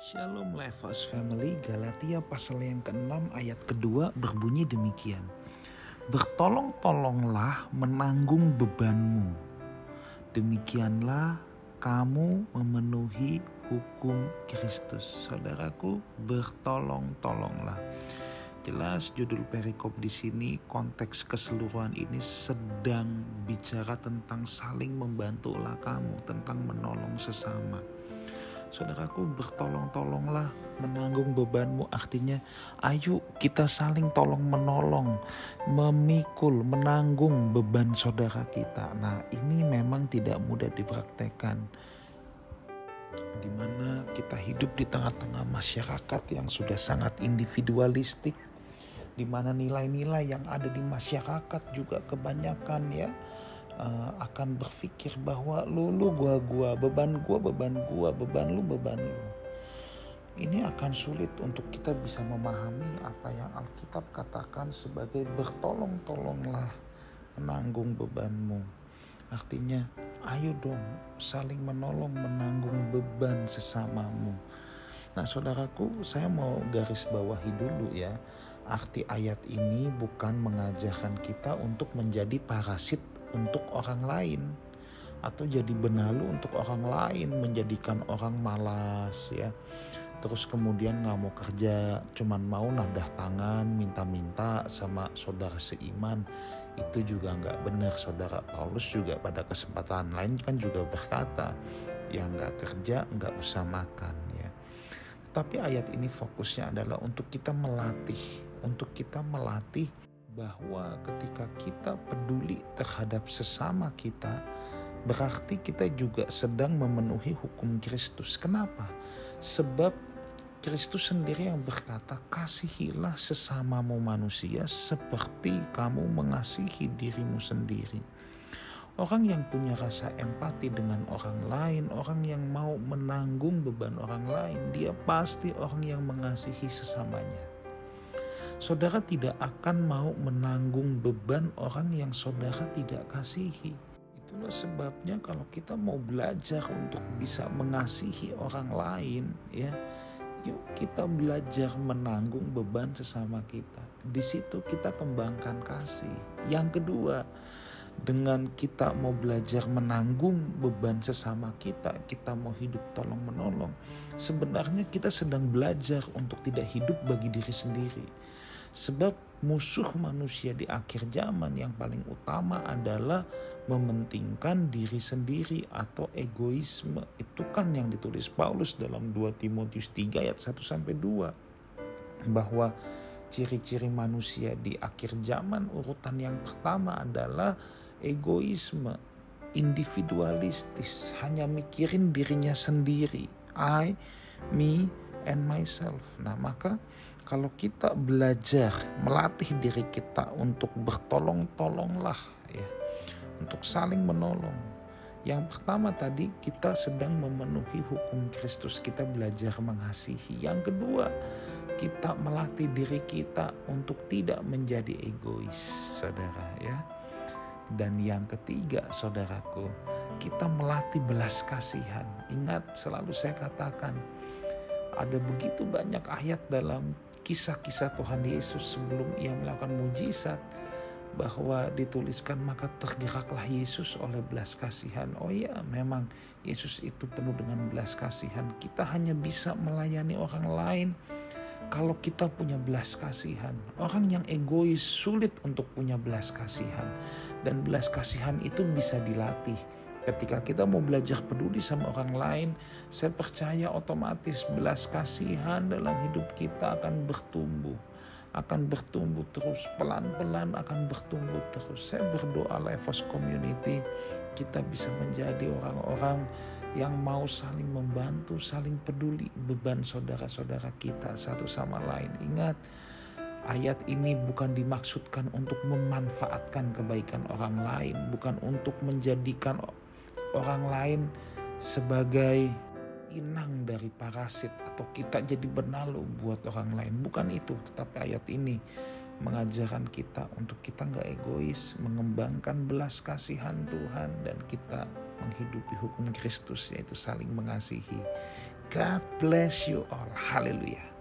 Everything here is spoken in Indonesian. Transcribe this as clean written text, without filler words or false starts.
Shalom Lifehouse Family, Galatia pasal yang ke-6 ayat kedua berbunyi demikian. Bertolong-tolonglah menanggung bebanmu. Demikianlah kamu memenuhi hukum Kristus. Saudaraku, bertolong-tolonglah. Jelas judul perikop di sini, konteks keseluruhan ini sedang bicara tentang saling membantulah kamu, tentang menolong sesama. Saudaraku, bertolong-tolonglah menanggung bebanmu, artinya ayo kita saling tolong menolong, memikul, menanggung beban saudara kita. Nah, ini memang tidak mudah dipraktekkan, di mana kita hidup di tengah-tengah masyarakat yang sudah sangat individualistik, di mana nilai-nilai yang ada di masyarakat juga kebanyakan akan berpikir bahwa lu gua, beban gua, beban lu. Ini akan sulit untuk kita bisa memahami apa yang Alkitab katakan sebagai bertolong-tolonglah menanggung bebanmu. Artinya, ayo dong saling menolong menanggung beban sesamamu. Nah, saudaraku, saya mau garis bawahi dulu ya. Arti ayat ini bukan mengajarkan kita untuk menjadi parasit untuk orang lain atau jadi benalu untuk orang lain, menjadikan orang malas ya. Terus kemudian gak mau kerja, cuman mau nadah tangan, minta-minta sama saudara seiman. Itu juga gak benar. Saudara Paulus juga pada kesempatan lain kan juga berkata, yang gak kerja gak usah makan ya. Tapi ayat ini fokusnya adalah untuk kita melatih bahwa ketika kita peduli terhadap sesama kita, berarti kita juga sedang memenuhi hukum Kristus. Kenapa? Sebab Kristus sendiri yang berkata, kasihilah sesamamu manusia seperti kamu mengasihi dirimu sendiri. Orang yang punya rasa empati dengan orang lain, orang yang mau menanggung beban orang lain, dia pasti orang yang mengasihi sesamanya. Saudara tidak akan mau menanggung beban orang yang saudara tidak kasihi. Itulah sebabnya kalau kita mau belajar untuk bisa mengasihi orang lain, ya, yuk kita belajar menanggung beban sesama kita. Di situ kita kembangkan kasih. Yang kedua, dengan kita mau belajar menanggung beban sesama kita, kita mau hidup tolong menolong. Sebenarnya kita sedang belajar untuk tidak hidup bagi diri sendiri. Sebab musuh manusia di akhir zaman yang paling utama adalah mementingkan diri sendiri atau egoisme. Itu kan yang ditulis Paulus dalam 2 Timotius 3 ayat 1-2. Bahwa ciri-ciri manusia di akhir zaman urutan yang pertama adalah egoisme, individualistis, hanya mikirin dirinya sendiri. I, me, and myself. Nah, maka kalau kita belajar melatih diri kita untuk bertolong-tolonglah ya, untuk saling menolong. Yang pertama tadi, kita sedang memenuhi hukum Kristus, kita belajar mengasihi. Yang kedua, kita melatih diri kita untuk tidak menjadi egois, saudara ya. Dan yang ketiga, saudaraku, kita melatih belas kasihan. Ingat, selalu saya katakan, ada begitu banyak ayat dalam kisah-kisah Tuhan Yesus sebelum ia melakukan mujizat, bahwa dituliskan maka tergeraklah Yesus oleh belas kasihan. Oh ya, memang Yesus itu penuh dengan belas kasihan. Kita hanya bisa melayani orang lain kalau kita punya belas kasihan. Orang yang egois sulit untuk punya belas kasihan. Dan belas kasihan itu bisa dilatih. Ketika kita mau belajar peduli sama orang lain, saya percaya otomatis belas kasihan dalam hidup kita akan bertumbuh terus, pelan-pelan akan bertumbuh terus. Saya berdoa Lifehouse Community kita bisa menjadi orang-orang yang mau saling membantu, saling peduli beban saudara-saudara kita satu sama lain. Ingat, ayat ini bukan dimaksudkan untuk memanfaatkan kebaikan orang lain, bukan untuk menjadikan orang lain sebagai inang dari parasit atau kita jadi benalu buat orang lain. Bukan itu, tetapi ayat ini mengajarkan kita untuk kita gak egois, mengembangkan belas kasihan Tuhan, dan kita menghidupi hukum Kristus, yaitu saling mengasihi. God bless you all. Haleluya.